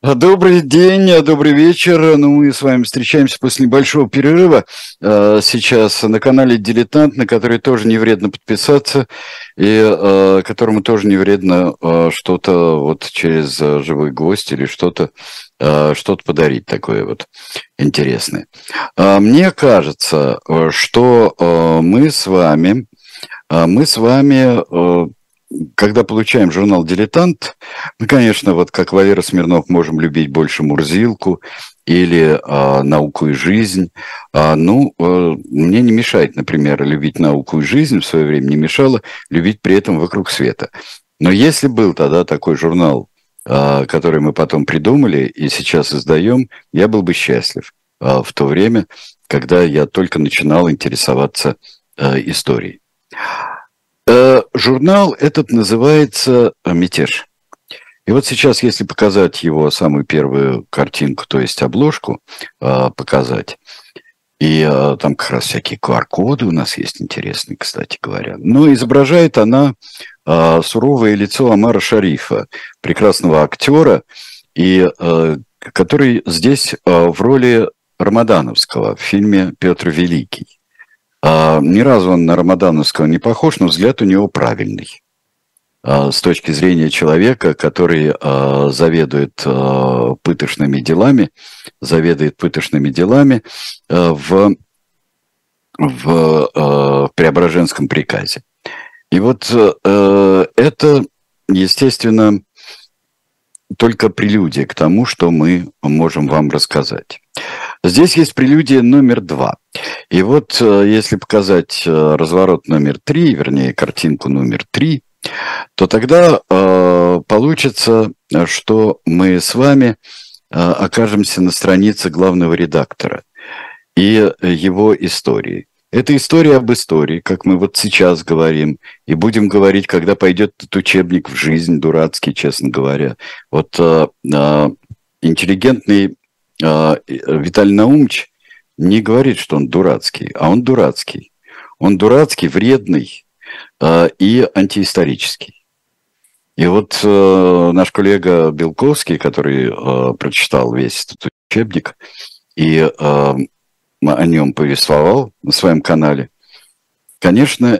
Добрый день, добрый вечер. Ну, мы с вами встречаемся после небольшого перерыва. Сейчас на канале «Дилетант», на который тоже не вредно подписаться, и которому тоже не вредно что-то вот через «Живой гвоздь» или что-то подарить такое вот интересное. Мне кажется, что мы с вами, когда получаем журнал «Дилетант», мы, конечно, вот как Валера Смирнов, можем любить больше Мурзилку или «Науку и жизнь». Мне не мешает, например, любить «Науку и жизнь», в свое время не мешало любить при этом «Вокруг света». Но если был тогда такой журнал, который мы потом придумали и сейчас издаем, я был бы счастлив в то время, когда я только начинал интересоваться историей. Журнал этот называется «Мятеж». И вот сейчас, если показать его самую первую картинку, то есть обложку показать, и там как раз всякие QR-коды у нас есть интересные, кстати говоря. Но изображает она суровое лицо Омара Шарифа, прекрасного актера, и который здесь в роли Рамадановского в фильме «Петр Великий». Ни разу он на Рамадановского не похож, но взгляд у него правильный. С точки зрения человека, который заведует пыточными делами в Преображенском приказе. И вот это, естественно, только прелюдия к тому, что мы можем вам рассказать. Здесь есть прелюдия номер 2. И вот если показать разворот номер 3, вернее, картинку номер 3, то тогда получится, что мы с вами окажемся на странице главного редактора и его истории. Это история об истории, как мы вот сейчас говорим, и будем говорить, когда пойдет этот учебник в жизнь, дурацкий, честно говоря. Вот интеллигентный Виталий Наумович не говорит, что он дурацкий, а он дурацкий. Он дурацкий, вредный и антиисторический. И вот наш коллега Белковский, который прочитал весь этот учебник и о нем повествовал на своем канале, конечно,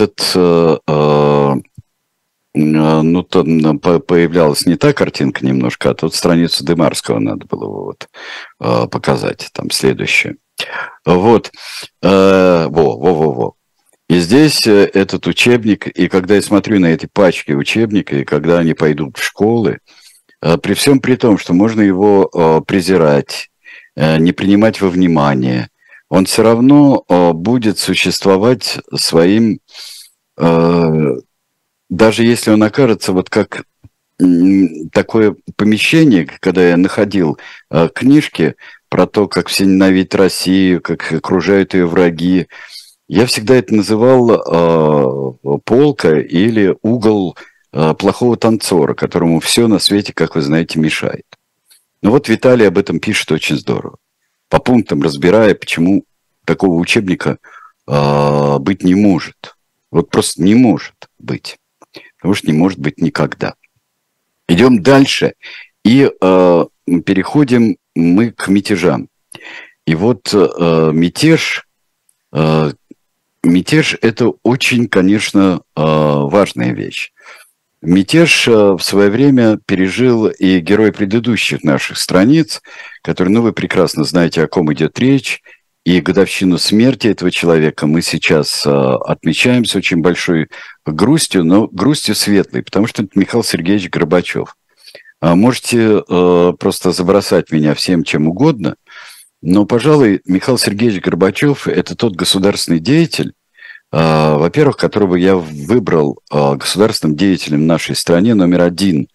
появлялась не та картинка немножко, а тут страницу Демарского надо было вот показать, там следующее. Вот. Во. И здесь этот учебник, и когда я смотрю на эти пачки учебника, и когда они пойдут в школы, при всем при том, что можно его презирать, не принимать во внимание, он все равно будет существовать своим, даже если он окажется вот как такое помещение, когда я находил книжки про то, как все ненавидят Россию, как окружают ее враги, я всегда это называл полка или угол плохого танцора, которому все на свете, как вы знаете, мешает. Ну вот Виталий об этом пишет очень здорово, по пунктам разбирая, почему такого учебника быть не может. Вот просто не может быть. Потому что не может быть никогда. Идем дальше и переходим мы к мятежам. И вот мятеж – это очень, конечно, важная вещь. Мятеж в свое время пережил и герой предыдущих наших страниц, который, ну, вы прекрасно знаете, о ком идет речь, и годовщину смерти этого человека мы сейчас отмечаем с очень большой грустью, но грустью светлой, потому что это Михаил Сергеевич Горбачев. Можете просто забросать меня всем чем угодно, но, пожалуй, Михаил Сергеевич Горбачев – это тот государственный деятель, во-первых, которого я выбрал государственным деятелем в нашей стране номер один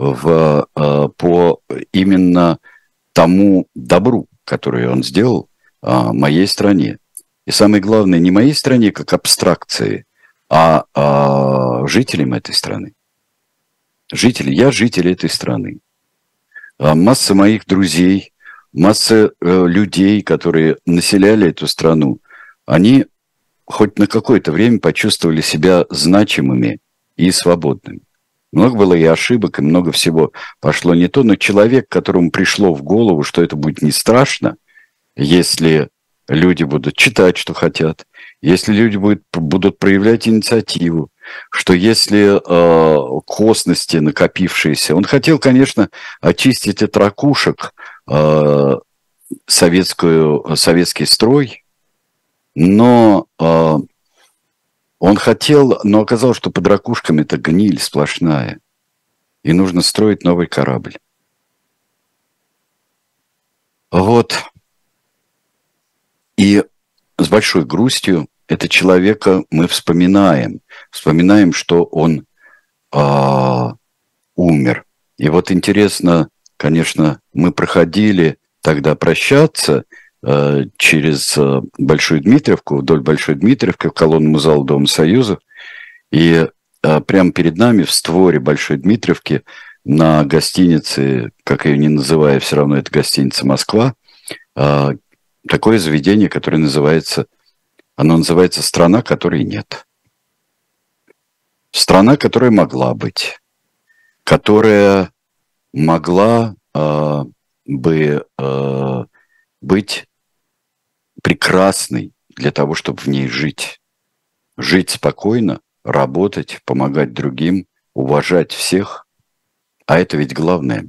по именно тому добру, которое он сделал моей стране. И самое главное, не моей стране как абстракции, а жителям этой страны. Я житель этой страны. Масса моих друзей, масса людей, которые населяли эту страну, они хоть на какое-то время почувствовали себя значимыми и свободными. Много было и ошибок, и много всего пошло не то, но человек, которому пришло в голову, что это будет не страшно, если люди будут читать, что хотят, если люди будут проявлять инициативу, что если косности накопившиеся... Он хотел, конечно, очистить от ракушек советский строй, но он хотел, но оказалось, что под ракушками это гниль сплошная, и нужно строить новый корабль. Вот. И с большой грустью это человека мы вспоминаем. Вспоминаем, что он умер. И вот интересно, конечно, мы проходили тогда прощаться через Большую Дмитриевку, вдоль Большой Дмитриевки, в колонному залу Дома Союза. И прямо перед нами в створе Большой Дмитриевки на гостинице, как я ее не называю, все равно это гостиница «Москва», такое заведение, которое называется «Страна, которой нет». Страна, которая могла быть, которая могла бы быть прекрасной для того, чтобы в ней жить. Жить спокойно, работать, помогать другим, уважать всех. А это ведь главное.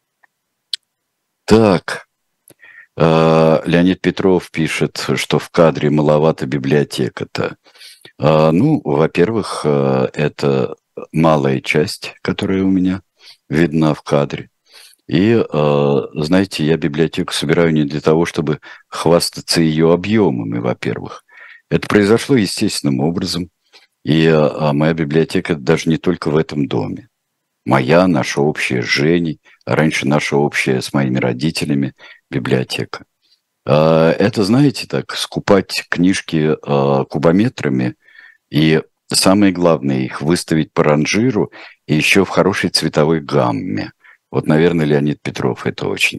Так. Леонид Петров пишет, что в кадре маловато библиотека-то. Ну, во-первых, это малая часть, которая у меня видна в кадре. И, знаете, я библиотеку собираю не для того, чтобы хвастаться ее объемами, во-первых. Это произошло естественным образом. И моя библиотека даже не только в этом доме. Моя, наша общая с Женей, раньше наша общая с моими родителями библиотека. Это, знаете, так, скупать книжки кубометрами и, самое главное, их выставить по ранжиру и еще в хорошей цветовой гамме. Вот, наверное, Леонид Петров это очень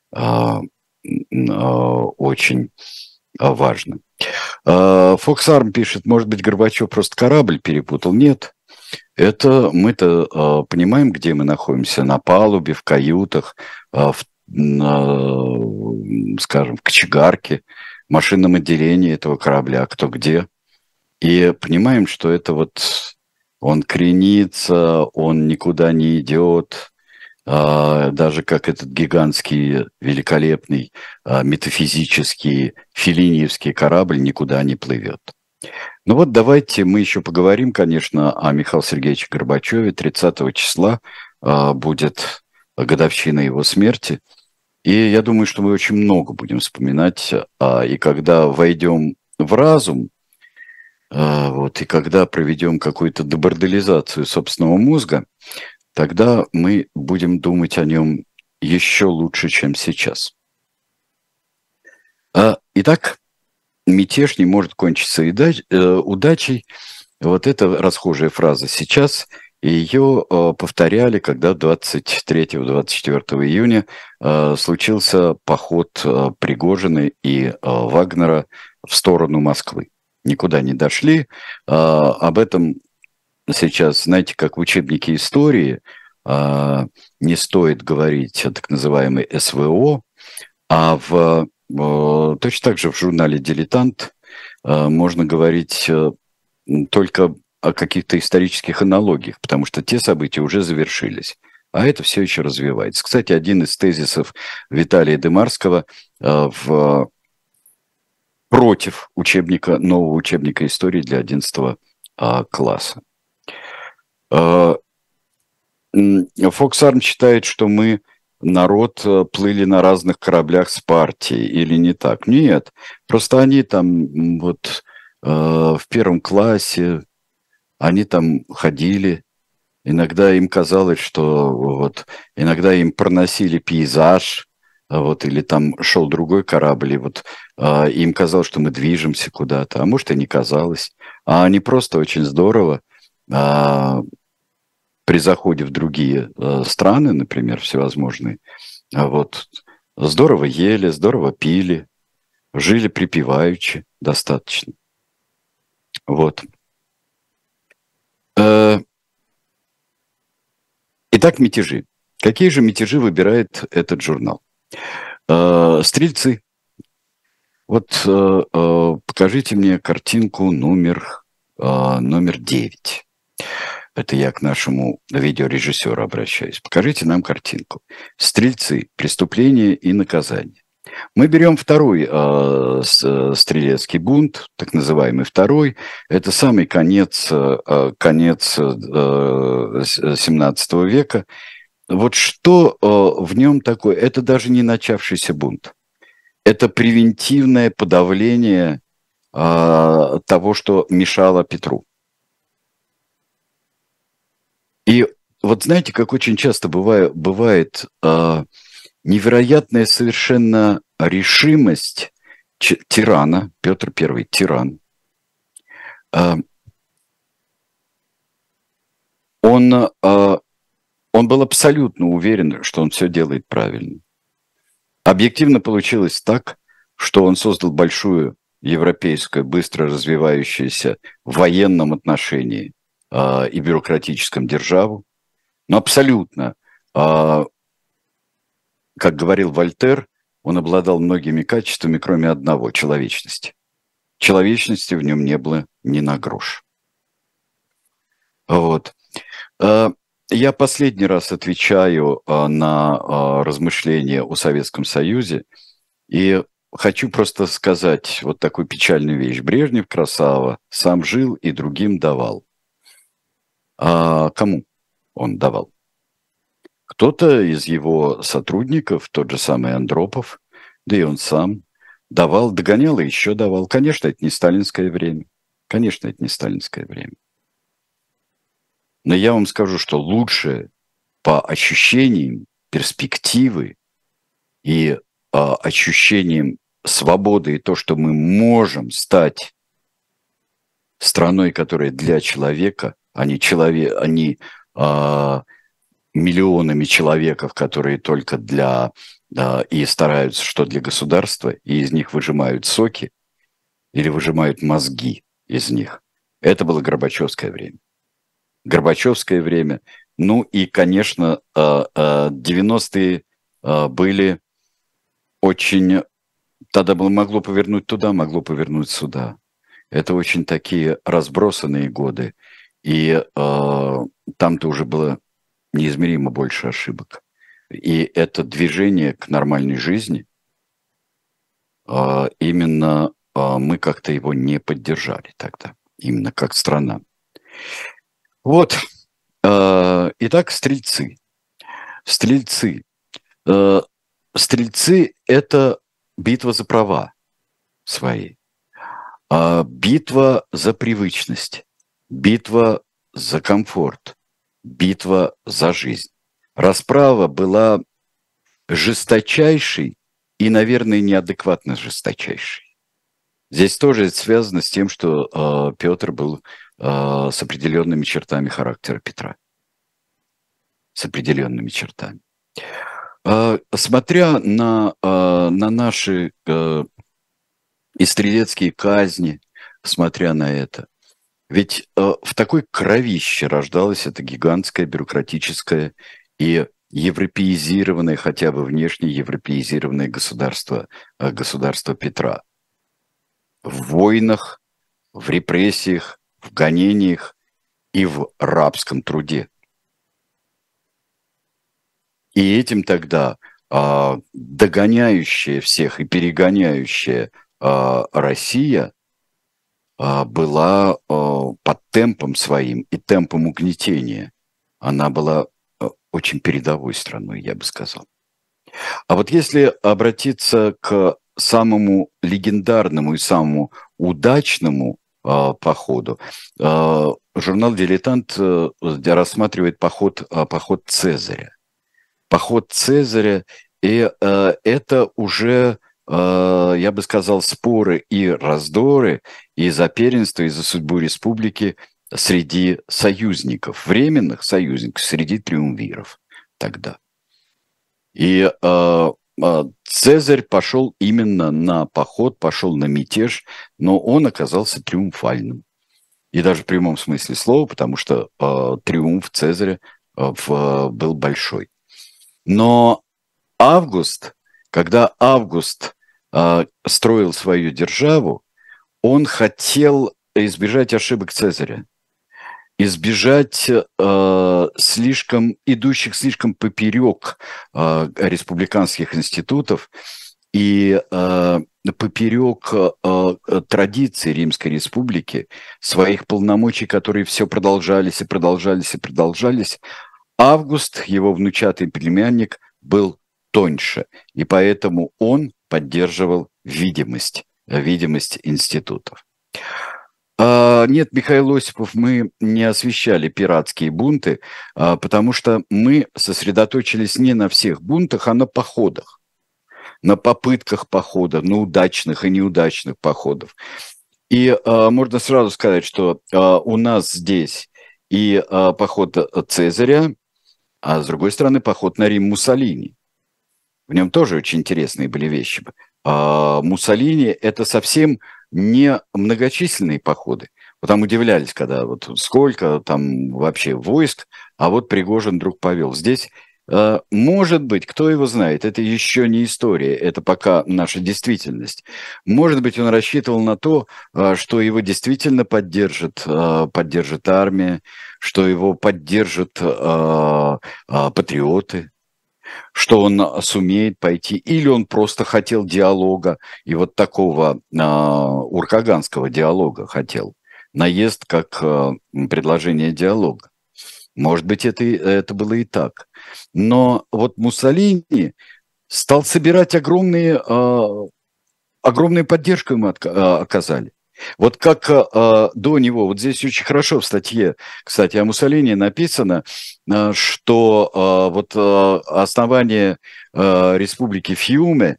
важно. Фоксарм пишет, может быть, Горбачев просто корабль перепутал. Нет. Это мы-то понимаем, где мы находимся. На палубе, в каютах, скажем, в кочегарке, в машинном отделении этого корабля, кто где. И понимаем, что это вот он кренится, он никуда не идет, даже как этот гигантский, великолепный, метафизический, феллиниевский корабль никуда не плывет. Ну вот давайте мы еще поговорим, конечно, о Михаиле Сергеевиче Горбачеве. 30 числа будет годовщина его смерти. И я думаю, что мы очень много будем вспоминать. И когда войдем в разум, вот, и когда проведем какую-то деборделизацию собственного мозга, тогда мы будем думать о нем еще лучше, чем сейчас. Итак, мятеж не может кончиться удачей. Вот это расхожая фраза сейчас. И ее повторяли, когда 23-24 июня случился поход Пригожина и Вагнера в сторону Москвы. Никуда не дошли. Об этом сейчас, знаете, как в учебнике истории не стоит говорить о так называемой СВО, а точно так же в журнале «Дилетант» можно говорить только о каких-то исторических аналогиях, потому что те события уже завершились, а это все еще развивается. Кстати, один из тезисов Виталия Дымарского против нового учебника истории для 11 класса. Фоксарм считает, что мы, народ, плыли на разных кораблях с партией, или не так? Нет, просто они там вот в первом классе, они там ходили, иногда им казалось, что вот, иногда им проносили пейзаж, вот, или там шел другой корабль, и вот им казалось, что мы движемся куда-то, а может и не казалось. А они просто очень здорово при заходе в другие страны, например, всевозможные, вот, здорово ели, здорово пили, жили припеваючи достаточно. Вот. Итак, мятежи. Какие же мятежи выбирает этот журнал? Стрельцы. Вот покажите мне картинку номер 9. Это я к нашему видеорежиссеру обращаюсь. Покажите нам картинку. Стрельцы. Преступление и наказание. Мы берем второй стрелецкий бунт, так называемый второй. Это самый конец 17 века. Вот что в нем такое? Это даже не начавшийся бунт. Это превентивное подавление того, что мешало Петру. И вот знаете, как очень часто бывает невероятная совершенно решимость тирана, Петр I тиран. Он был абсолютно уверен, что он все делает правильно. Объективно получилось так, что он создал большую европейскую, быстро развивающуюся в военном отношении и бюрократическом державу, но абсолютно, как говорил Вольтер, он обладал многими качествами, кроме одного – человечности. Человечности в нем не было ни на грош. Вот. Я последний раз отвечаю на размышления о Советском Союзе и хочу просто сказать вот такую печальную вещь. Брежнев красава, сам жил и другим давал. А кому он давал? Кто-то из его сотрудников, тот же самый Андропов, да и он сам, давал, догонял и еще давал. Конечно, это не сталинское время. Конечно, это не сталинское время. Но я вам скажу, что лучше по ощущениям перспективы и ощущениям свободы и то, что мы можем стать страной, которая для человека, а не миллионами человеков, которые только для и стараются, что для государства, и из них выжимают соки или выжимают мозги из них. Это было Горбачевское время. Горбачевское время. Ну и, конечно, 90-е были очень... Тогда было, могло повернуть туда, могло повернуть сюда. Это очень такие разбросанные годы. И там-то уже было неизмеримо больше ошибок. И это движение к нормальной жизни, именно мы как-то его не поддержали тогда. Именно как страна. Вот. Итак, стрельцы. Стрельцы. Стрельцы – это битва за права свои. Битва за привычность. Битва за комфорт. Битва за жизнь. Расправа была жесточайшей и, наверное, неадекватно жесточайшей. Здесь тоже это связано с тем, что Петр был с определенными чертами характера Петра. С определенными чертами. Смотря на наши и стрелецкие казни, смотря на это, ведь в такой кровище рождалось это гигантское бюрократическое и европеизированное, хотя бы внешне европеизированное государство Петра. В войнах, в репрессиях, в гонениях и в рабском труде. И этим тогда догоняющая всех и перегоняющая Россия была под темпом своим и темпом угнетения. Она была очень передовой страной, я бы сказал. А вот если обратиться к самому легендарному и самому удачному походу, журнал «Дилетант» рассматривает поход Цезаря. Поход Цезаря, и это уже, я бы сказал, споры и раздоры и за первенство, и за судьбу республики среди союзников, временных союзников, среди триумвиров тогда. И Цезарь пошел именно на поход, пошел на мятеж, но он оказался триумфальным. И даже в прямом смысле слова, потому что триумф Цезаря был большой. Но когда Август строил свою державу, он хотел избежать ошибок Цезаря, избежать идущих слишком поперек республиканских институтов и поперек традиций Римской Республики, своих полномочий, которые все продолжались и продолжались и продолжались. Август, его внучатый племянник, был тоньше, и поэтому он поддерживал видимость институтов. Нет, Михаил Осипов, мы не освещали пиратские бунты, потому что мы сосредоточились не на всех бунтах, а на походах, на попытках похода, на удачных и неудачных походов. И можно сразу сказать, что у нас здесь и поход Цезаря, а с другой стороны поход на Рим Муссолини. В нем тоже очень интересные были вещи. Муссолини – это совсем не многочисленные походы. Вот там удивлялись, когда вот сколько там вообще войск, а вот Пригожин вдруг повел. Здесь, может быть, кто его знает, это еще не история, это пока наша действительность. Может быть, он рассчитывал на то, что его действительно поддержит армия, что его поддержат патриоты, что он сумеет пойти, или он просто хотел диалога, и вот такого уркаганского диалога хотел. Наезд как предложение диалога. Может быть, это было и так. Но вот Муссолини стал собирать огромную поддержку ему оказали. Вот как до него, вот здесь очень хорошо в статье, кстати, о Муссолини написано, что основание республики Фьюме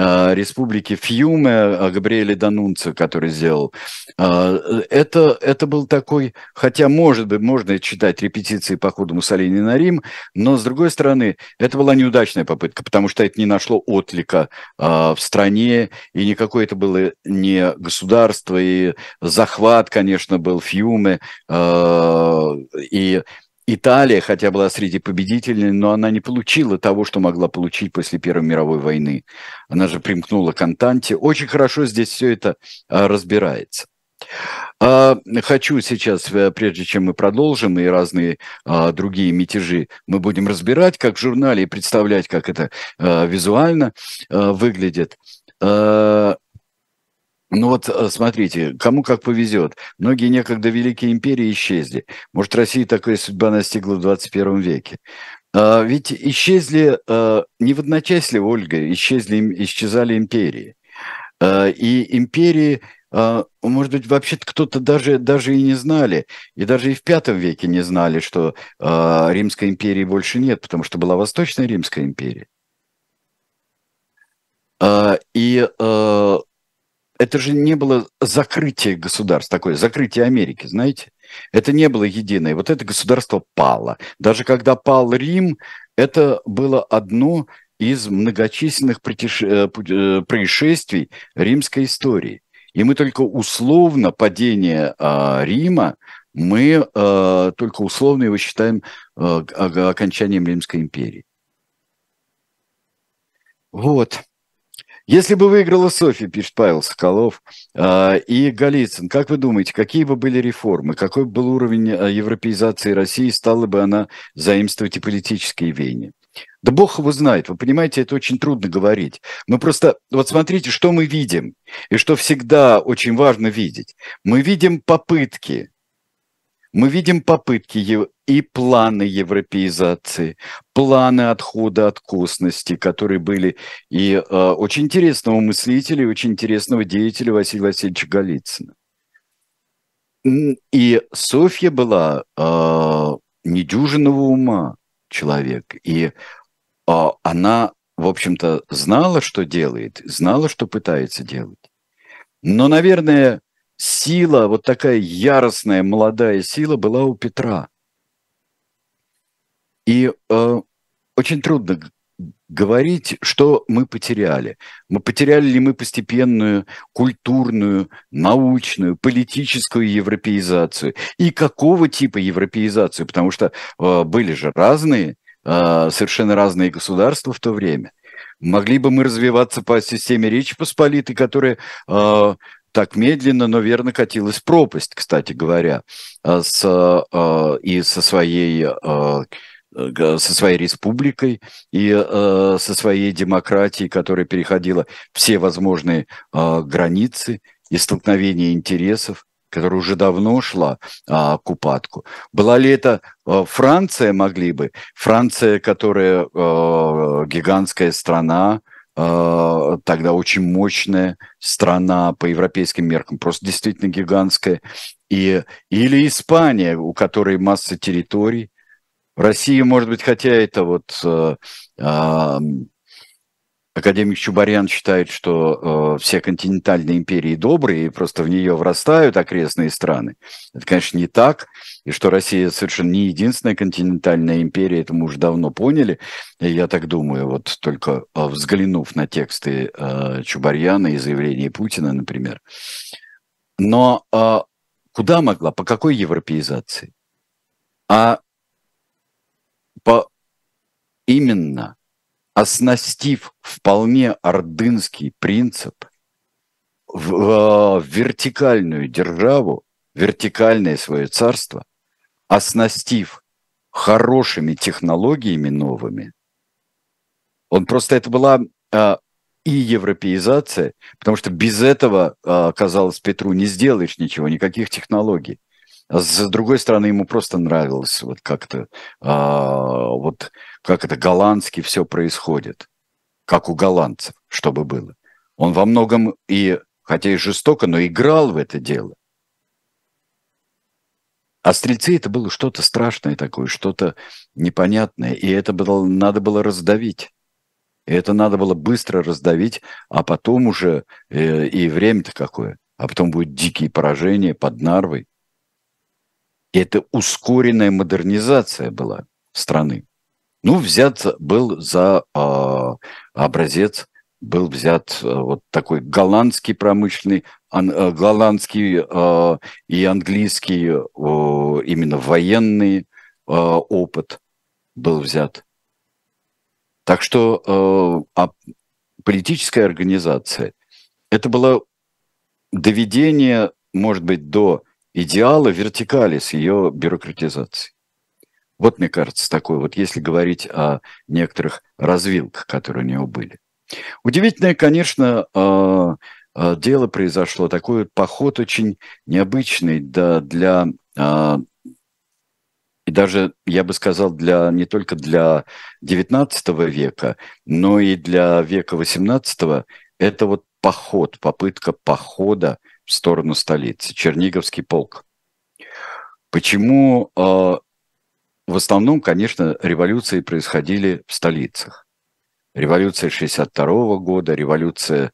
Габриэле Данунцио, который сделал, это был такой, хотя, может быть, можно читать репетиции похода Муссолини на Рим, но, с другой стороны, это была неудачная попытка, потому что это не нашло отклика в стране, и никакое это было не государство, и захват, конечно, был Фьюме, и Италия, хотя была среди победителей, но она не получила того, что могла получить после Первой мировой войны. Она же примкнула к Антанте. Очень хорошо здесь все это разбирается. Хочу сейчас, прежде чем мы продолжим, и разные другие мятежи мы будем разбирать, как в журнале, и представлять, как это визуально выглядит. Ну вот, смотрите, кому как повезет. Многие некогда великие империи исчезли. Может, России такая судьба настигла в 21 веке. Ведь исчезли не в одночасье, Ольга, исчезали империи. И империи, может быть, вообще-то кто-то даже и не знали, и даже и в V веке не знали, что Римской империи больше нет, потому что была Восточная Римская империя. И это же не было закрытие государств, такое закрытие Америки, знаете? Это не было единое. Вот это государство пало. Даже когда пал Рим, это было одно из многочисленных происшествий римской истории. И мы только условно падение Рима, мы только условно его считаем окончанием Римской империи. Вот. Если бы выиграла Софья, пишет Павел Соколов, и Голицын, как вы думаете, какие бы были реформы, какой был уровень европеизации России, стала бы она заимствовать и политические веяния? Да бог его знает, вы понимаете, это очень трудно говорить. Мы просто, вот смотрите, что мы видим, и что всегда очень важно видеть. Мы видим попытки и планы европеизации, планы отхода от косности, которые были и очень интересного мыслителя, и очень интересного деятеля Василия Васильевича Голицына. И Софья была недюжинного ума человек, и она, в общем-то, знала, что делает, знала, что пытается делать. Но, наверное, сила, вот такая яростная молодая сила была у Петра. И очень трудно говорить, что мы потеряли. Мы потеряли ли мы постепенную культурную, научную, политическую европеизацию? И какого типа европеизацию? Потому что были же разные, совершенно разные государства в то время. Могли бы мы развиваться по системе Речи Посполитой, которая так медленно, но верно катилась в пропасть, кстати говоря, и со своей республикой и со своей демократией, которая переходила все возможные границы и столкновения интересов, которая уже давно шла к упадку. Была ли это Франция, могли бы? Франция, которая гигантская страна, тогда очень мощная страна по европейским меркам, просто действительно гигантская. Или Испания, у которой масса территорий. Россия, может быть, хотя это академик Чубарян считает, что все континентальные империи добрые, и просто в нее врастают окрестные страны. Это, конечно, не так, и что Россия совершенно не единственная континентальная империя, это мы уже давно поняли, и я так думаю, вот только взглянув на тексты Чубаряна и заявления Путина, например. Но куда могла, по какой европеизации? Именно оснастив вполне ордынский принцип в вертикальную державу, вертикальное свое царство, оснастив хорошими технологиями новыми, это была и европеизация, потому что без этого, казалось Петру, не сделаешь ничего, никаких технологий. А с другой стороны, ему просто нравилось как это голландски все происходит, как у голландцев, чтобы было. Он во многом хотя и жестоко, но играл в это дело. А стрельцы это было что-то страшное такое, что-то непонятное, и это надо было раздавить. И это надо было быстро раздавить, а потом уже, и время-то какое, а потом будут дикие поражения под Нарвой. И это ускоренная модернизация была страны. Взят был за образец, был взят вот такой голландский промышленный, голландский и английский именно военный опыт был взят. Так что политическая организация, это было доведение, может быть, до идеала вертикали с ее бюрократизацией. Вот, мне кажется, такой если говорить о некоторых развилках, которые у него были. Удивительное, конечно, дело произошло. Такой поход очень необычный и даже, я бы сказал, не только для XIX века, но и для века XVIII. Это попытка похода в сторону столицы, Черниговский полк. Почему? В основном, конечно, революции происходили в столицах. Революция 1962 года, революция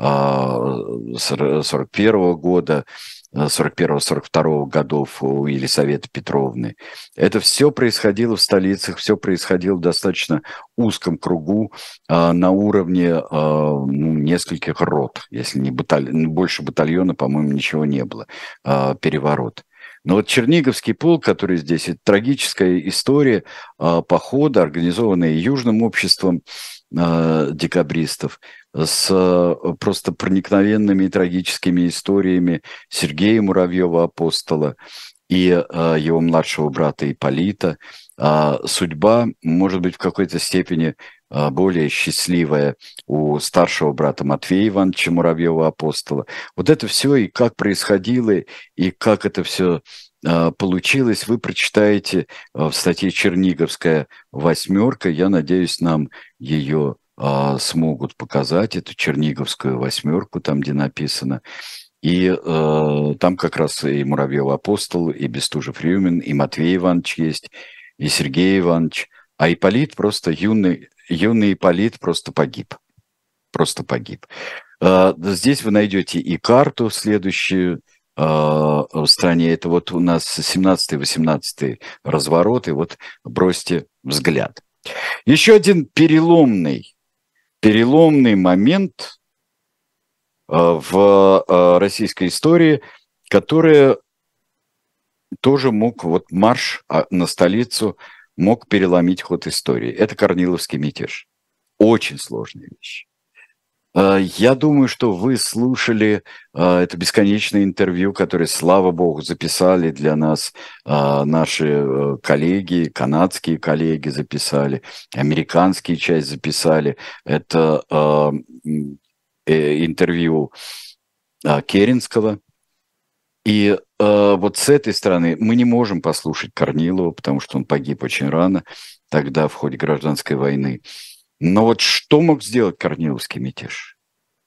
1941 года, 41-42 годов у Елисаветы Петровны. Это все происходило в столицах, все происходило в достаточно узком кругу, на уровне нескольких рот. Если не больше батальона, по-моему, ничего не было. Переворот. Но Черниговский полк, который здесь, это трагическая история похода, организованная Южным обществом декабристов, с просто проникновенными и трагическими историями Сергея Муравьева-Апостола и его младшего брата Ипполита. Судьба, может быть, в какой-то степени более счастливая у старшего брата Матвея Ивановича Муравьева-Апостола. Вот это все и как происходило, и как это все получилось, вы прочитаете в статье «Черниговская восьмерка». Я надеюсь, нам ее смогут показать, эту Черниговскую восьмерку, там, где написано. И там как раз и Муравьев-Апостол, и Бестужев-Рюмин, и Матвей Иванович есть, и Сергей Иванович. А Ипполит просто, юный Ипполит просто погиб. Просто погиб. Здесь вы найдете и карту следующую в стране. Это у нас 17-18 разворот, и бросьте взгляд. Еще один переломный момент в российской истории, который тоже мог, вот марш на столицу мог переломить ход истории. Это Корниловский мятеж. Очень сложная вещь. Я думаю, что вы слушали это бесконечное интервью, которое, слава богу, записали для нас наши коллеги, канадские коллеги записали, американские часть записали. Это интервью Керенского. И вот с этой стороны мы не можем послушать Корнилова, потому что он погиб очень рано, тогда в ходе гражданской войны. Но вот что мог сделать Корниловский мятеж?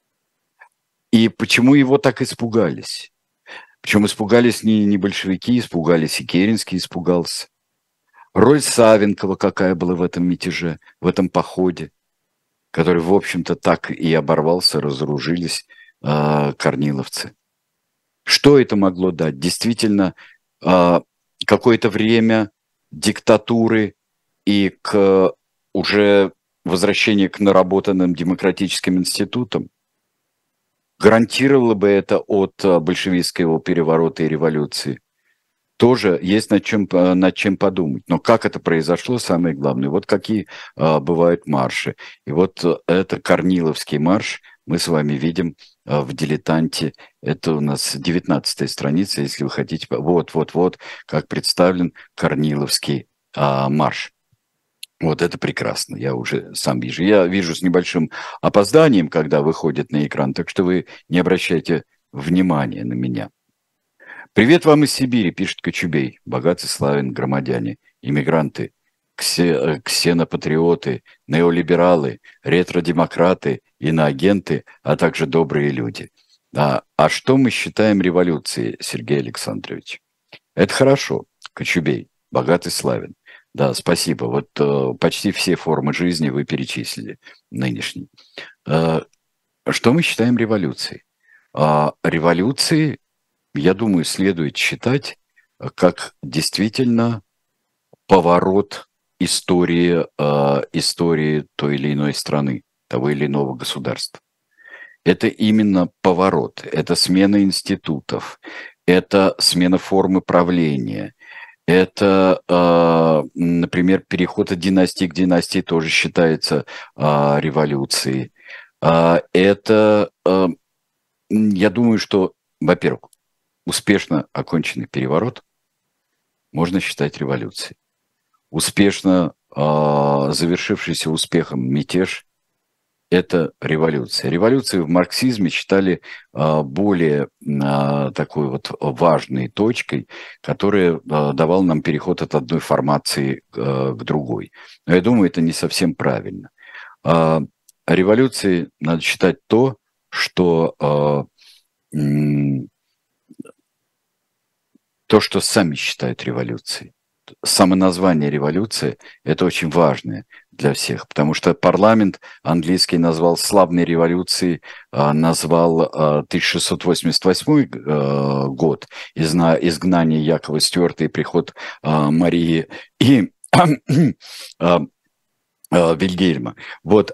И почему его так испугались? Причем испугались не большевики, испугались и Керенский испугался. Роль Савенкова какая была в этом мятеже, в этом походе, который, в общем-то, так и оборвался, разоружились корниловцы. Что это могло дать? Действительно, какое-то время диктатуры и к уже возвращение к наработанным демократическим институтам? Гарантировало бы это от большевистского переворота и революции? Тоже есть над чем подумать. Но как это произошло, самое главное. Вот какие бывают марши. И вот это Корниловский марш мы с вами видим в «Дилетанте». Это у нас 19-я страница, если вы хотите. Вот, как представлен Корниловский марш. Вот это прекрасно, я уже сам вижу. Я вижу с небольшим опозданием, когда выходит на экран, так что вы не обращайте внимания на меня. «Привет вам из Сибири», пишет Кочубей, богатый славен громадяне, иммигранты, ксенопатриоты, неолибералы, ретро-демократы, иноагенты, а также добрые люди. А что мы считаем революцией, Сергей Александрович? Это хорошо, Кочубей, богатый славен. Да, спасибо. Вот почти все формы жизни вы перечислили нынешней. Что мы считаем революцией? Революцией, я думаю, следует считать как действительно поворот истории той или иной страны, того или иного государства. Это именно поворот, это смена институтов, это смена формы правления, это, например, переход от династии к династии тоже считается революцией. Это, я думаю, что, во-первых, успешно оконченный переворот можно считать революцией. Успешно завершившийся успехом мятеж – это революция. Революцию в марксизме считали более такой вот важной точкой, которая давала нам переход от одной формации к другой. Но я думаю, это не совсем правильно. Революцией надо считать то, что сами считают революцией. Само название революции – это очень важное для всех, потому что парламент английский назвал славной революцией, назвал 1688 год, изгнание Якова Стюарта и приход Марии и Вильгельма. Вот,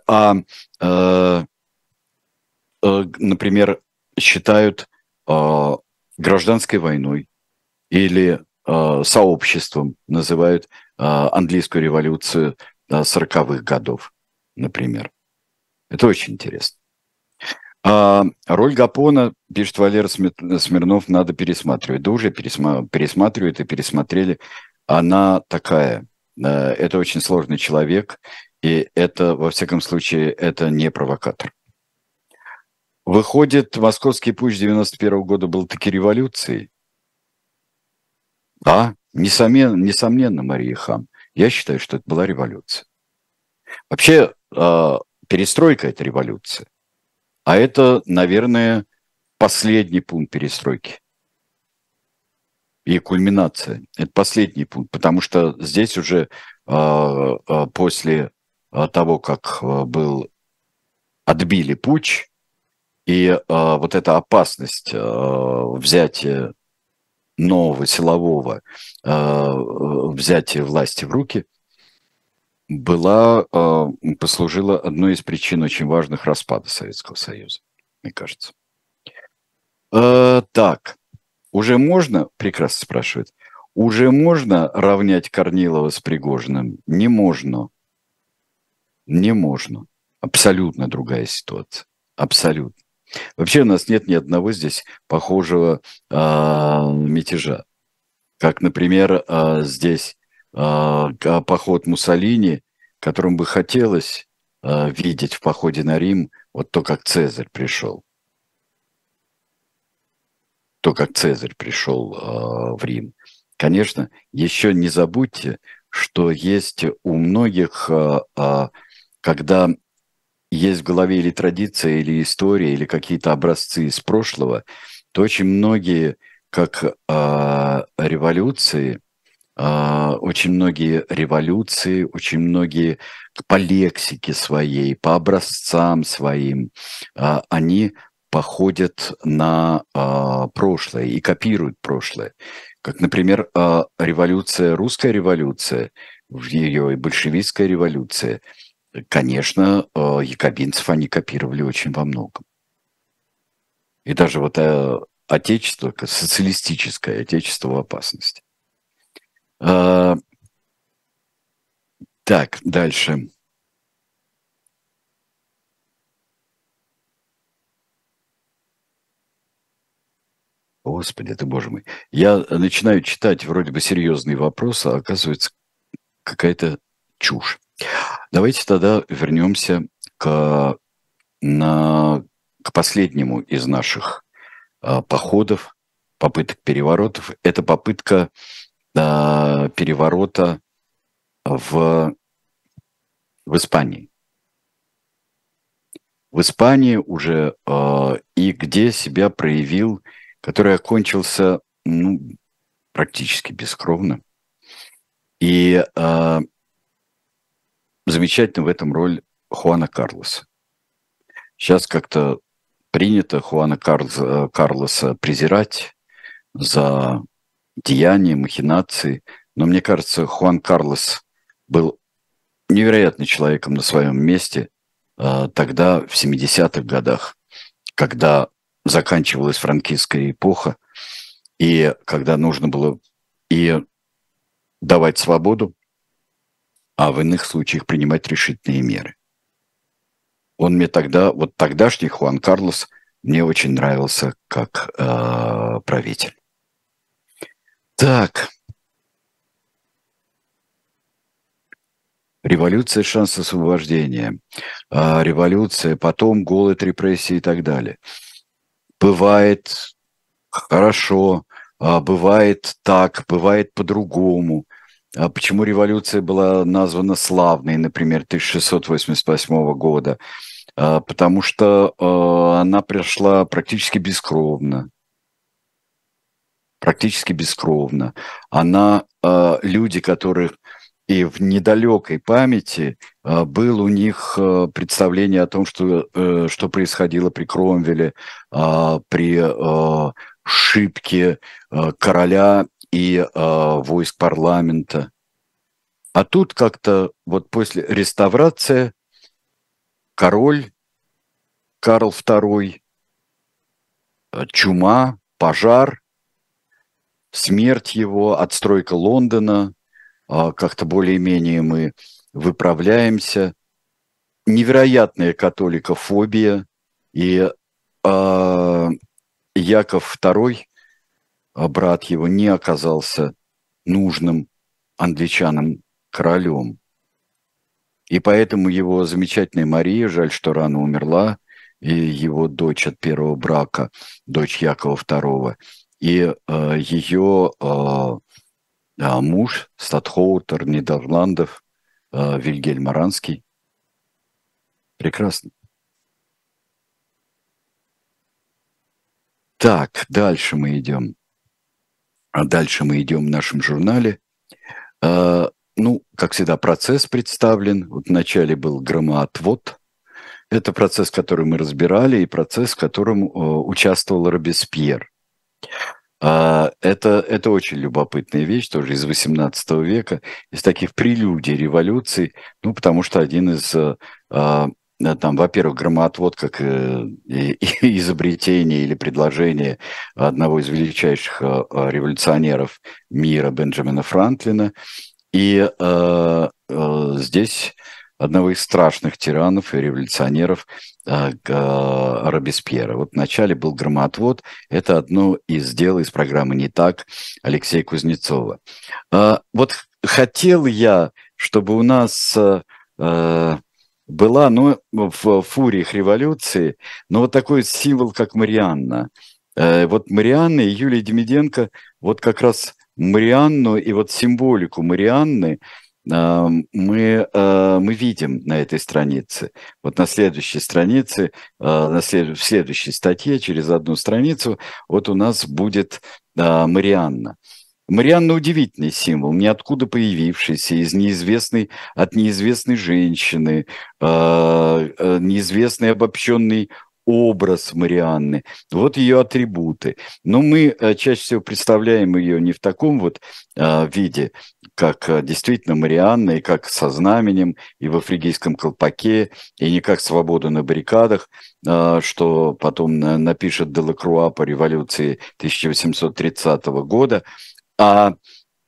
например, считают гражданской войной или сообществом, называют английскую революцию 40-х годов, например. Это очень интересно. Роль Гапона, пишет Валера Смирнов, надо пересматривать. Да уже пересматривают и пересмотрели. Она такая. Это очень сложный человек, и это, во всяком случае, это не провокатор. Выходит, московский путч 91 года был таки революцией. Да, несомненно, Мария Хам. Я считаю, что это была революция. Вообще, перестройка – это революция. А это, наверное, последний пункт перестройки. И кульминация. Это последний пункт, потому что здесь уже после того, как отбили путч, и вот эта опасность взятия нового силового взятия власти в руки, послужила одной из причин очень важных распада Советского Союза, мне кажется. Так, уже можно, прекрасно спрашивает, уже можно равнять Корнилова с Пригожиным? Не можно. Не можно. Абсолютно другая ситуация. Абсолютно. Вообще у нас нет ни одного здесь похожего мятежа. Как, например, здесь поход Муссолини, которым бы хотелось видеть в походе на Рим вот то, как Цезарь пришел. То, как Цезарь пришел в Рим. Конечно, еще не забудьте, что есть у многих, когда есть в голове или традиция, или история, или какие-то образцы из прошлого, то очень многие, как революции, очень многие по лексике своей, по образцам своим, они походят на прошлое и копируют прошлое. Как, например, русская революция, в ее и большевистская революция, конечно, якобинцев они копировали очень во многом. И даже вот отечество, социалистическое отечество в опасности. Так, дальше. Господи, ты боже мой. Я начинаю читать вроде бы серьезные вопросы, а оказывается какая-то чушь. Давайте тогда вернемся к, к последнему из наших походов, попыток переворотов. Это попытка переворота в Испании. В Испании уже и где себя проявил, который окончился практически бескровно. И замечательно в этом роль Хуана Карлоса. Сейчас как-то принято Хуана Карлоса презирать за деяния, махинации. Но мне кажется, Хуан Карлос был невероятным человеком на своем месте тогда, в 70-х годах, когда заканчивалась франкистская эпоха, и когда нужно было и давать свободу, а в иных случаях принимать решительные меры. Он мне тогда, вот тогдашний Хуан Карлос, мне очень нравился как правитель. Так. Революция – шанс освобождения. Революция, потом голод, репрессии и так далее. Бывает хорошо, бывает так, бывает по-другому. Почему революция была названа славной, например, 1688 года? Потому что она прошла практически бескровно. Практически бескровно. Люди, которых и в недалекой памяти было у них представление о том, что происходило при Кромвеле, при шибке короля и войск парламента. А тут как-то вот после реставрации король Карл II, чума, пожар, смерть его, отстройка Лондона, как-то более-менее мы выправляемся. Невероятная католикофобия. И Яков II, брат его, не оказался нужным англичанам королем. И поэтому его замечательная Мария, жаль, что рано умерла, и его дочь от первого брака, дочь Якова II, и ее муж, статхоутер Нидерландов, Вильгельм Аранский. Прекрасно. Так, дальше мы идем. Дальше мы идем в нашем журнале. Как всегда, процесс представлен. Вот вначале был громоотвод. Это процесс, который мы разбирали, и процесс, в котором участвовал Робеспьер. Это очень любопытная вещь, тоже из XVIII века, из таких прелюдий революций, ну, потому что один из, там, во-первых, громоотвод как изобретение или предложение одного из величайших революционеров мира Бенджамина Франклина, и здесь одного из страшных тиранов и революционеров Робеспьера. Вот вначале был громоотвод. Это одно из дел из программы «Не так» Алексея Кузнецова. Вот хотел я, чтобы у нас была, ну, в фуриях революции, но вот такой символ, как Марианна. Вот Марианна и Юлия Демиденко, вот как раз Марианну и вот символику Марианны мы видим на этой странице. Вот на следующей странице, в следующей статье, через одну страницу, вот у нас будет Марианна. Марианна удивительный символ, ниоткуда появившийся, от неизвестной женщины, неизвестный обобщенный образ Марианны. Вот ее атрибуты. Но мы чаще всего представляем ее не в таком вот виде, как действительно Марианна, и как со знаменем, и в фригийском колпаке, и не как свободу на баррикадах, что потом напишет Делакруа по революции 1830 года, а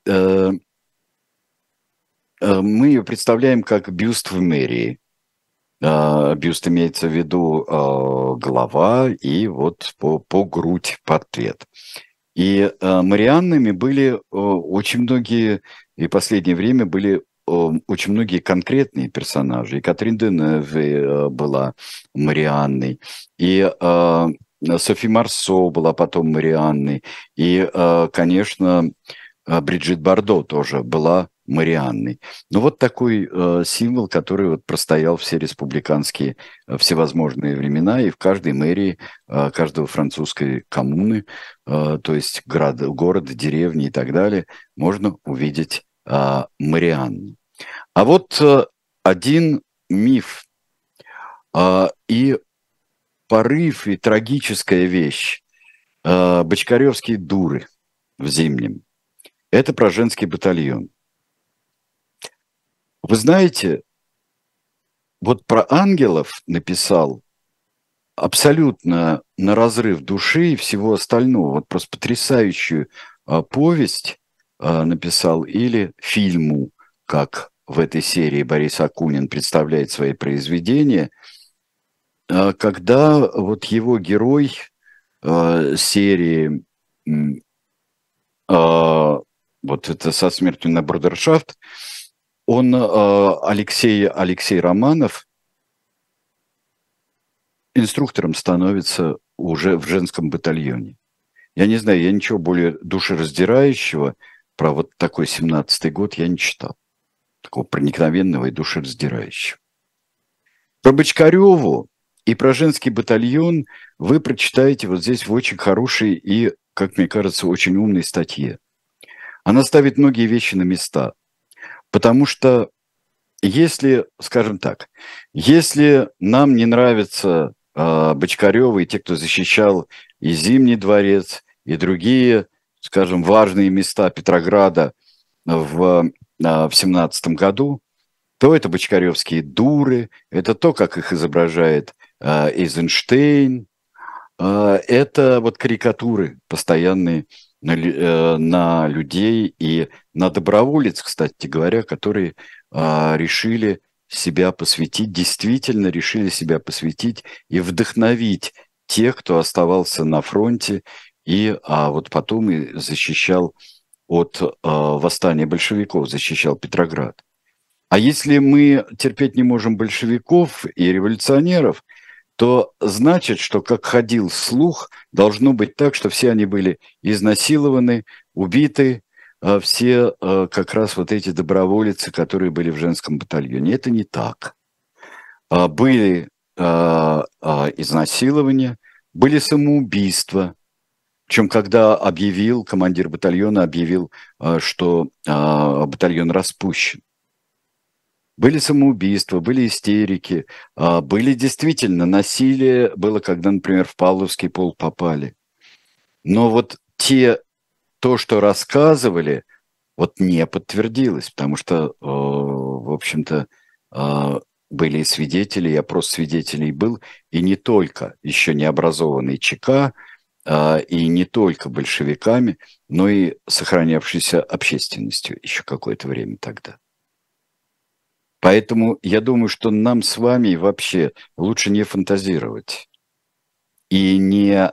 мы ее представляем как бюст в мэрии. Бюст имеется в виду голова и вот по грудь портрет. И Марианнами были очень многие, и в последнее время были очень многие конкретные персонажи. И Катрин Деневе была Марианной, и Софи Марсо была потом Марианной, и, конечно, Бриджит Бардо тоже была Марианной. Ну вот такой символ, который вот простоял все республиканские всевозможные времена, и в каждой мэрии каждого французской коммуны, то есть город, деревни и так далее, можно увидеть Марианну. А вот один миф и порыв, и трагическая вещь. Бочкаревские дуры в Зимнем. Это про женский батальон. Вы знаете, вот про ангелов написал абсолютно на разрыв души и всего остального. Вот просто потрясающую повесть написал, или фильму, как в этой серии Борис Акунин представляет свои произведения, когда вот его герой серии вот это «Со смертью на брудершафт», он, Алексей Романов, инструктором становится уже в женском батальоне. Я не знаю, я ничего более душераздирающего про вот такой 17-й год я не читал. Такого проникновенного и душераздирающего. Про Бочкареву и про женский батальон вы прочитаете вот здесь в очень хорошей и, как мне кажется, очень умной статье. Она ставит многие вещи на места. Потому что если, скажем так, если нам не нравится Бочкарева и те, кто защищал и Зимний дворец, и другие, скажем, важные места Петрограда в 17 году, то это бочкаревские дуры, это то, как их изображает Эйзенштейн, это вот карикатуры постоянные на людей и на доброволец, кстати говоря, которые решили себя посвятить, действительно решили себя посвятить и вдохновить тех, кто оставался на фронте и вот потом и защищал от восстания большевиков, защищал Петроград. А если мы терпеть не можем большевиков и революционеров, то значит, что, как ходил слух, должно быть так, что все они были изнасилованы, убиты, все как раз вот эти доброволицы, которые были в женском батальоне. Это не так. Были изнасилования, были самоубийства. Причем, когда командир батальона объявил, что батальон распущен. Были самоубийства, были истерики, были действительно насилие, было, когда, например, в Павловский полк попали. Но вот те то, что рассказывали, вот не подтвердилось, потому что, в общем-то, были и свидетели, я просто свидетелей был, и не только еще не образованный ЧК, и не только большевиками, но и сохранявшейся общественностью еще какое-то время тогда. Поэтому я думаю, что нам с вами вообще лучше не фантазировать и не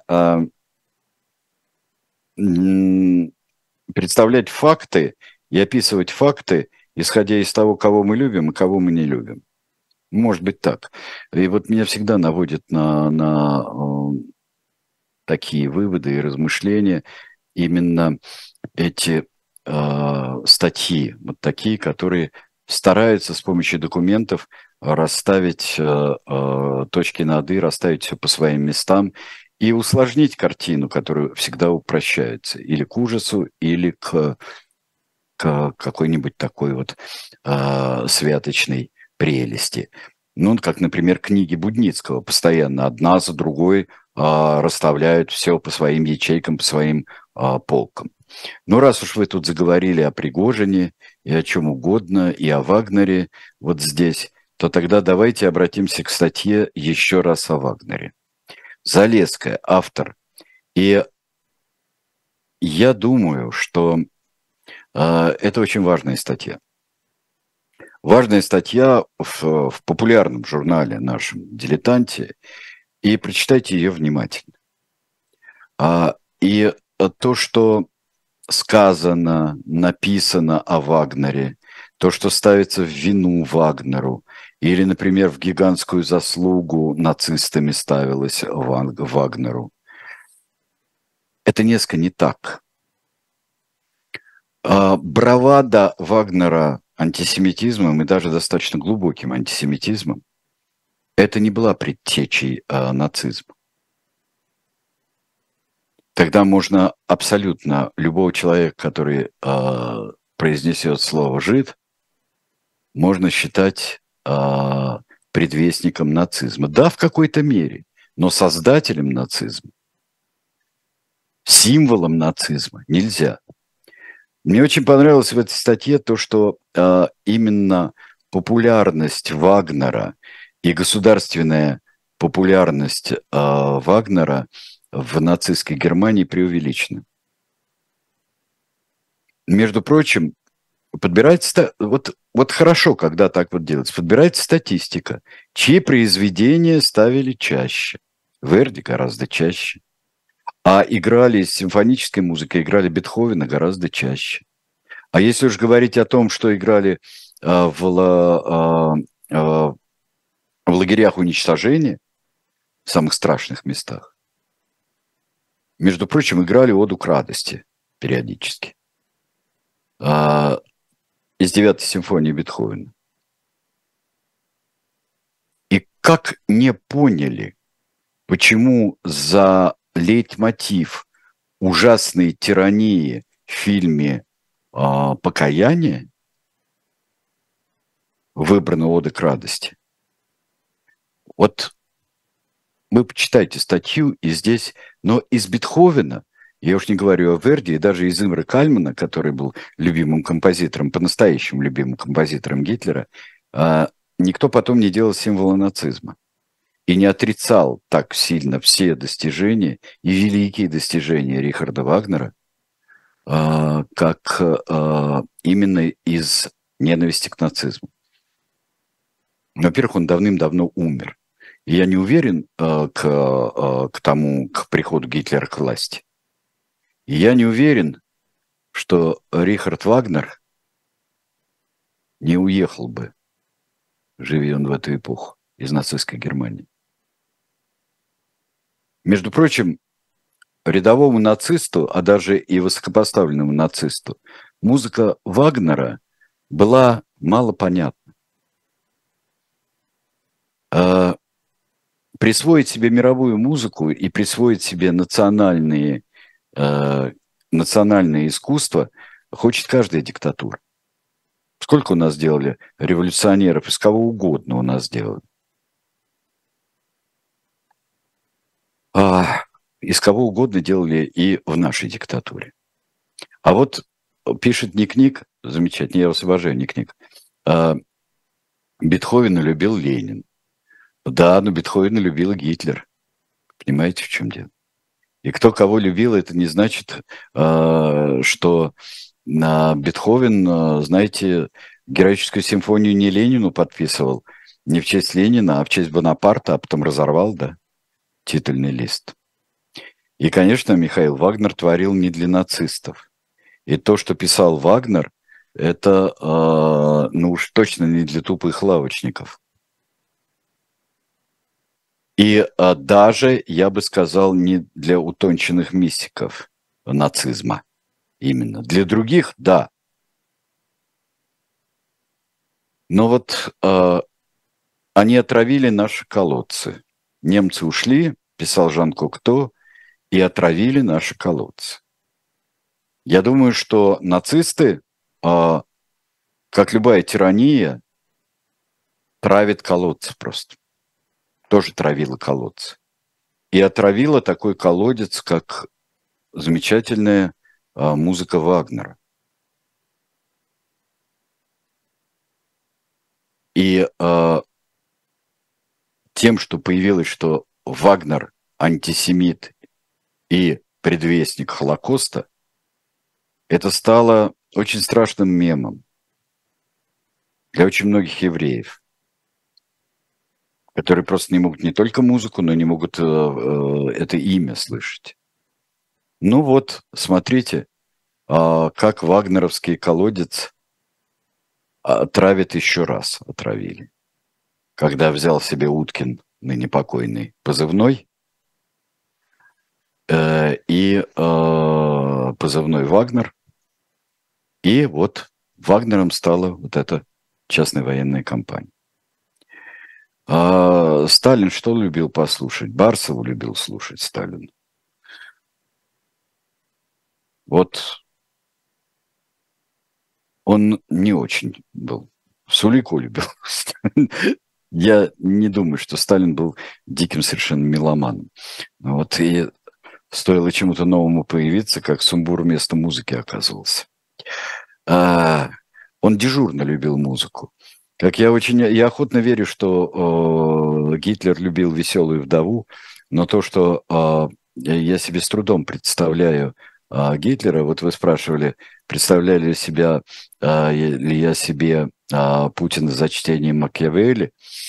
представлять факты и описывать факты, исходя из того, кого мы любим и кого мы не любим. Может быть так. И вот меня всегда наводит на такие выводы и размышления именно эти статьи, вот такие, которые стараются с помощью документов расставить точки над «и», расставить все по своим местам и усложнить картину, которую всегда упрощается или к ужасу, или к какой-нибудь такой вот святочной прелести. Ну, как, например, книги Будницкого постоянно одна за другой расставляют все по своим ячейкам, по своим полкам. Ну, раз уж вы тут заговорили о Пригожине и о чем угодно, и о Вагнере вот здесь, то тогда давайте обратимся к статье еще раз о Вагнере. Залесская, автор. И я думаю, что это очень важная статья. Важная статья в популярном журнале нашем «Дилетанте», и прочитайте ее внимательно. И то, что сказано, написано о Вагнере, то, что ставится в вину Вагнеру, или, например, в гигантскую заслугу нацистами ставилось Вагнеру, это несколько не так. Бравада Вагнера антисемитизмом и даже достаточно глубоким антисемитизмом это не была предтечей нацизма. Тогда можно абсолютно любого человека, который произнесет слово «жид», можно считать предвестником нацизма. Да, в какой-то мере, но создателем нацизма, символом нацизма нельзя. Мне очень понравилось в этой статье то, что именно популярность Вагнера и государственная популярность Вагнера в нацистской Германии преувеличена. Между прочим, подбирается, вот хорошо, когда так вот делается, подбирается статистика, чьи произведения ставили чаще. Верди гораздо чаще. А играли с симфонической музыкой, играли Бетховена гораздо чаще. А если уж говорить о том, что играли в лагерях уничтожения, в самых страшных местах, между прочим, играли «Оду к радости» периодически. Из 9-й симфонии Бетховена. И как не поняли, почему за лейтмотив ужасной тирании в фильме «Покаяние» выбрана «Ода к радости». Вот вы почитайте статью, и здесь, но из Бетховена, я уж не говорю о Верди, и даже из Имры Кальмана, который был любимым композитором, по-настоящему любимым композитором Гитлера, никто потом не делал символа нацизма. И не отрицал так сильно все достижения и великие достижения Рихарда Вагнера, как именно из ненависти к нацизму. Во-первых, он давным-давно умер. И я не уверен к приходу Гитлера к власти. И я не уверен, что Рихард Вагнер не уехал бы, живи он в эту эпоху, из нацистской Германии. Между прочим, рядовому нацисту, а даже и высокопоставленному нацисту, музыка Вагнера была мало понятна. Присвоить себе мировую музыку и присвоить себе национальное искусство хочет каждая диктатура. Сколько у нас сделали революционеров, из кого угодно у нас сделали. Из кого угодно делали и в нашей диктатуре. А вот пишет Ник-Ник, замечательно, я вас обожаю, Ник-Ник, Бетховена любил Ленин. Да, но Бетховена любил и Гитлер. Понимаете, в чем дело? И кто кого любил, это не значит, что Бетховен, знаете, героическую симфонию не Ленину подписывал, не в честь Ленина, а в честь Бонапарта, а потом разорвал, да, титульный лист. И, конечно, Михаил Вагнер творил не для нацистов. И то, что писал Вагнер, это, ну уж точно не для тупых лавочников. И даже, я бы сказал, не для утонченных мистиков нацизма именно. Для других, да. Но вот они отравили наши колодцы. Немцы ушли, писал Жан Кокто, и отравили наши колодцы. Я думаю, что нацисты, как любая тирания, травят колодцы просто. Тоже травила колодцы. И отравила такой колодец, как замечательная музыка Вагнера. И тем, что появилось, что Вагнер антисемит и предвестник Холокоста, это стало очень страшным мемом для очень многих евреев, которые просто не могут не только музыку, но не могут это имя слышать. Ну вот, смотрите, как вагнеровский колодец травит еще раз, отравили. Когда взял себе Уткин, ныне покойный, позывной, и позывной Вагнер, и вот Вагнером стала вот эта частная военная компания. Сталин что любил послушать? Барсову любил слушать Сталин. Вот он не очень был. Сулико любил. Я не думаю, что Сталин был диким совершенно меломаном. Вот и стоило чему-то новому появиться, как сумбур вместо музыки оказывался. Он дежурно любил музыку. Как я охотно верю, что Гитлер любил «Веселую вдову», но то, что я себе с трудом представляю Гитлера, вот вы спрашивали, представляли ли я себе Путина за чтением Макиавелли,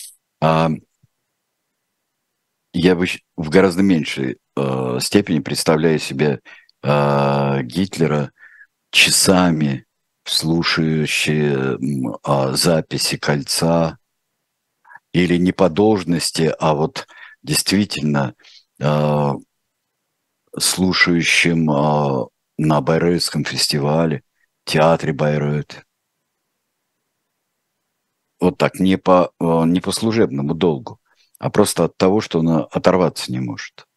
я бы в гораздо меньшей степени представляю себе Гитлера часами слушающие записи «Кольца» или не по должности, а вот действительно слушающим на Байреутском фестивале, театре Байрeuth. Вот так, не по служебному долгу, а просто от того, что он оторваться не может.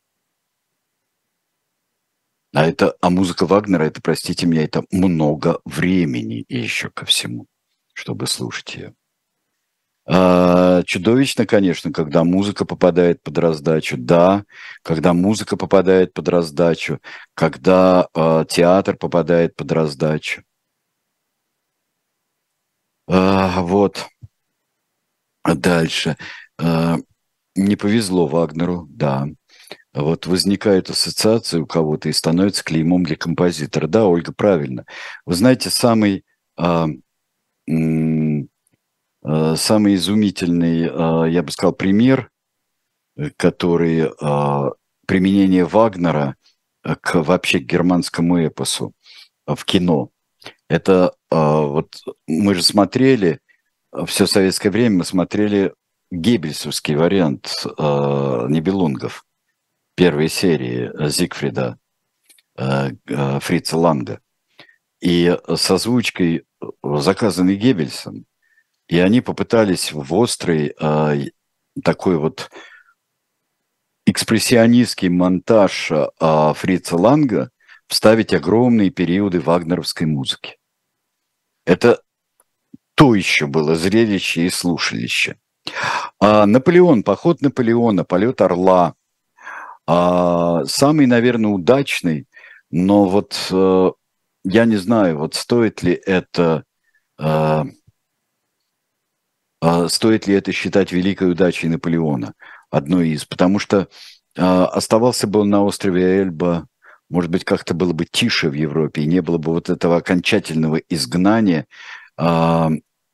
А музыка Вагнера, это, простите меня, это много времени и еще ко всему, чтобы слушать ее. Чудовищно, конечно, когда музыка попадает под раздачу. Да, когда музыка попадает под раздачу, когда театр попадает под раздачу. Вот. Дальше. Не повезло Вагнеру, да. Вот возникает ассоциация у кого-то и становится клеймом для композитора. Да, Ольга, правильно. Вы знаете, самый изумительный, я бы сказал, пример, который применение Вагнера вообще к германскому эпосу в кино. Это вот мы же смотрели, все советское время мы смотрели геббельсовский вариант Нибелунгов. Первой серии Зигфрида Фрица Ланга. И с озвучкой, заказанной Геббельсом, и они попытались в острый такой вот экспрессионистский монтаж Фрица Ланга вставить огромные периоды вагнеровской музыки. Это то еще было зрелище и слушалище. Наполеон, поход Наполеона, полет орла. Самый, наверное, удачный, но вот я не знаю, вот стоит ли это считать великой удачей Наполеона, одной из, потому что оставался бы он на острове Эльба, может быть, как-то было бы тише в Европе, и не было бы вот этого окончательного изгнания, а,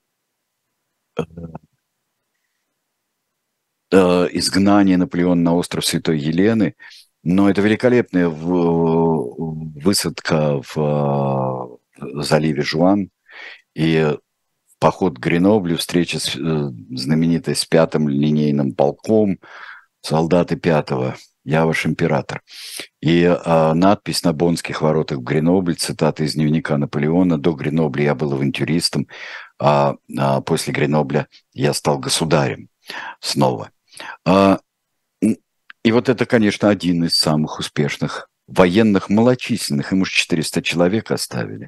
изгнания Наполеона на остров Святой Елены, но это великолепная высадка в заливе Жуан и поход к Греноблю, встреча знаменитая с пятым линейным полком, солдаты пятого, я ваш император. И надпись на Боннских воротах в Гренобль, цитата из дневника Наполеона: «До Гренобля я был авантюристом, после Гренобля я стал государем снова». А, и вот это, конечно, один из самых успешных военных, малочисленных, ему же 400 человек оставили.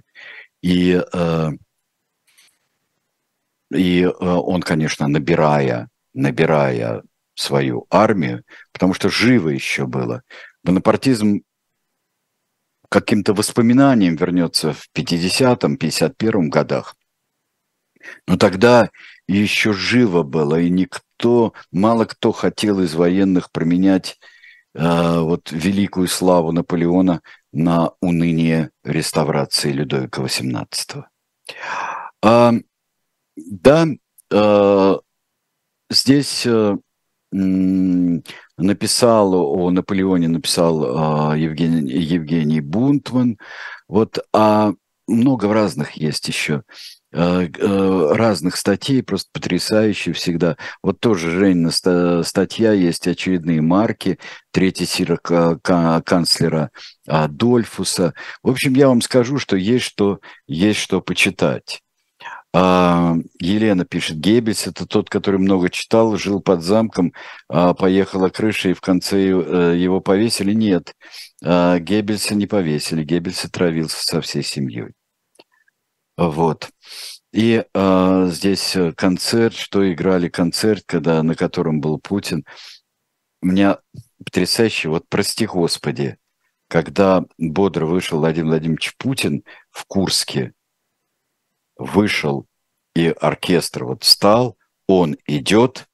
И он, конечно, набирая свою армию, потому что живо еще было. Бонапартизм каким-то воспоминанием вернется в 50-м, 51-м годах. Но тогда еще живо было, и мало кто хотел из военных променять вот великую славу Наполеона на уныние реставрации Людовика XVIII. Да, здесь о Наполеоне написал Евгений Бунтман. Вот, много разных есть еще разных статей, просто потрясающие всегда. Вот тоже, Женина, статья есть «Очередные марки», третий сир канцлера Дольфуса. В общем, я вам скажу, что есть что почитать. Елена пишет: Геббельс — это тот, который много читал, жил под замком, поехала крыша, и в конце его повесили. Нет, Геббельса не повесили, Геббельс отравился со всей семьей. Вот. И здесь концерт, что играли концерт, на котором был Путин. У меня потрясающе, вот прости господи, когда бодро вышел Владимир Владимирович Путин в Курске, вышел, и оркестр вот встал, он идет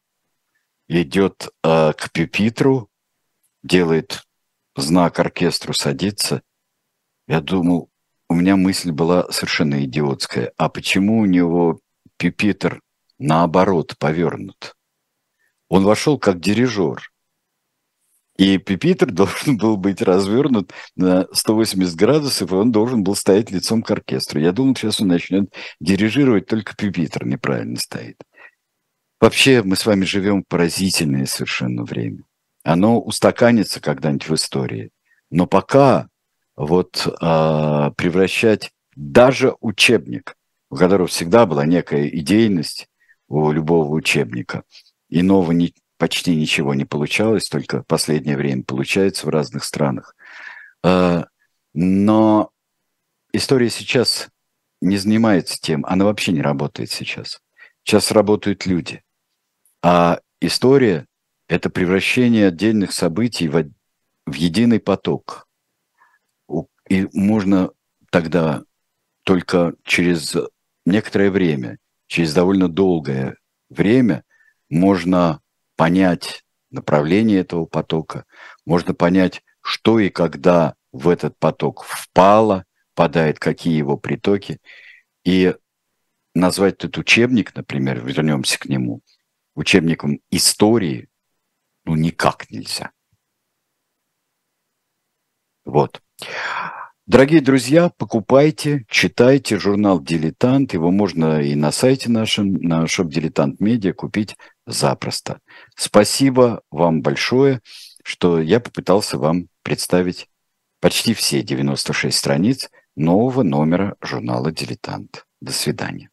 к пюпитру, делает знак оркестру садиться. Я думал, у меня мысль была совершенно идиотская. А почему у него пюпитр наоборот повернут? Он вошел как дирижер. И пюпитр должен был быть развернут на 180 градусов, и он должен был стоять лицом к оркестру. Я думал, сейчас он начнет дирижировать, только пюпитр неправильно стоит. Вообще, мы с вами живем в поразительное совершенно время. Оно устаканится когда-нибудь в истории. Но пока превращать даже учебник, у которого всегда была некая идейность у любого учебника, иного почти ничего не получалось, только в последнее время получается в разных странах. Но история сейчас не занимается тем, она вообще не работает сейчас. Сейчас работают люди. А история – это превращение отдельных событий в единый поток. И можно тогда только через некоторое время, через довольно долгое время, можно понять направление этого потока, можно понять, что и когда в этот поток впадает, какие его притоки, и назвать этот учебник, например, вернемся к нему, учебником истории, никак нельзя. Вот. Дорогие друзья, покупайте, читайте журнал «Дилетант». Его можно и на сайте нашем, на Shop Дилетант Медиа купить запросто. Спасибо вам большое, что я попытался вам представить почти все 96 страниц нового номера журнала «Дилетант». До свидания.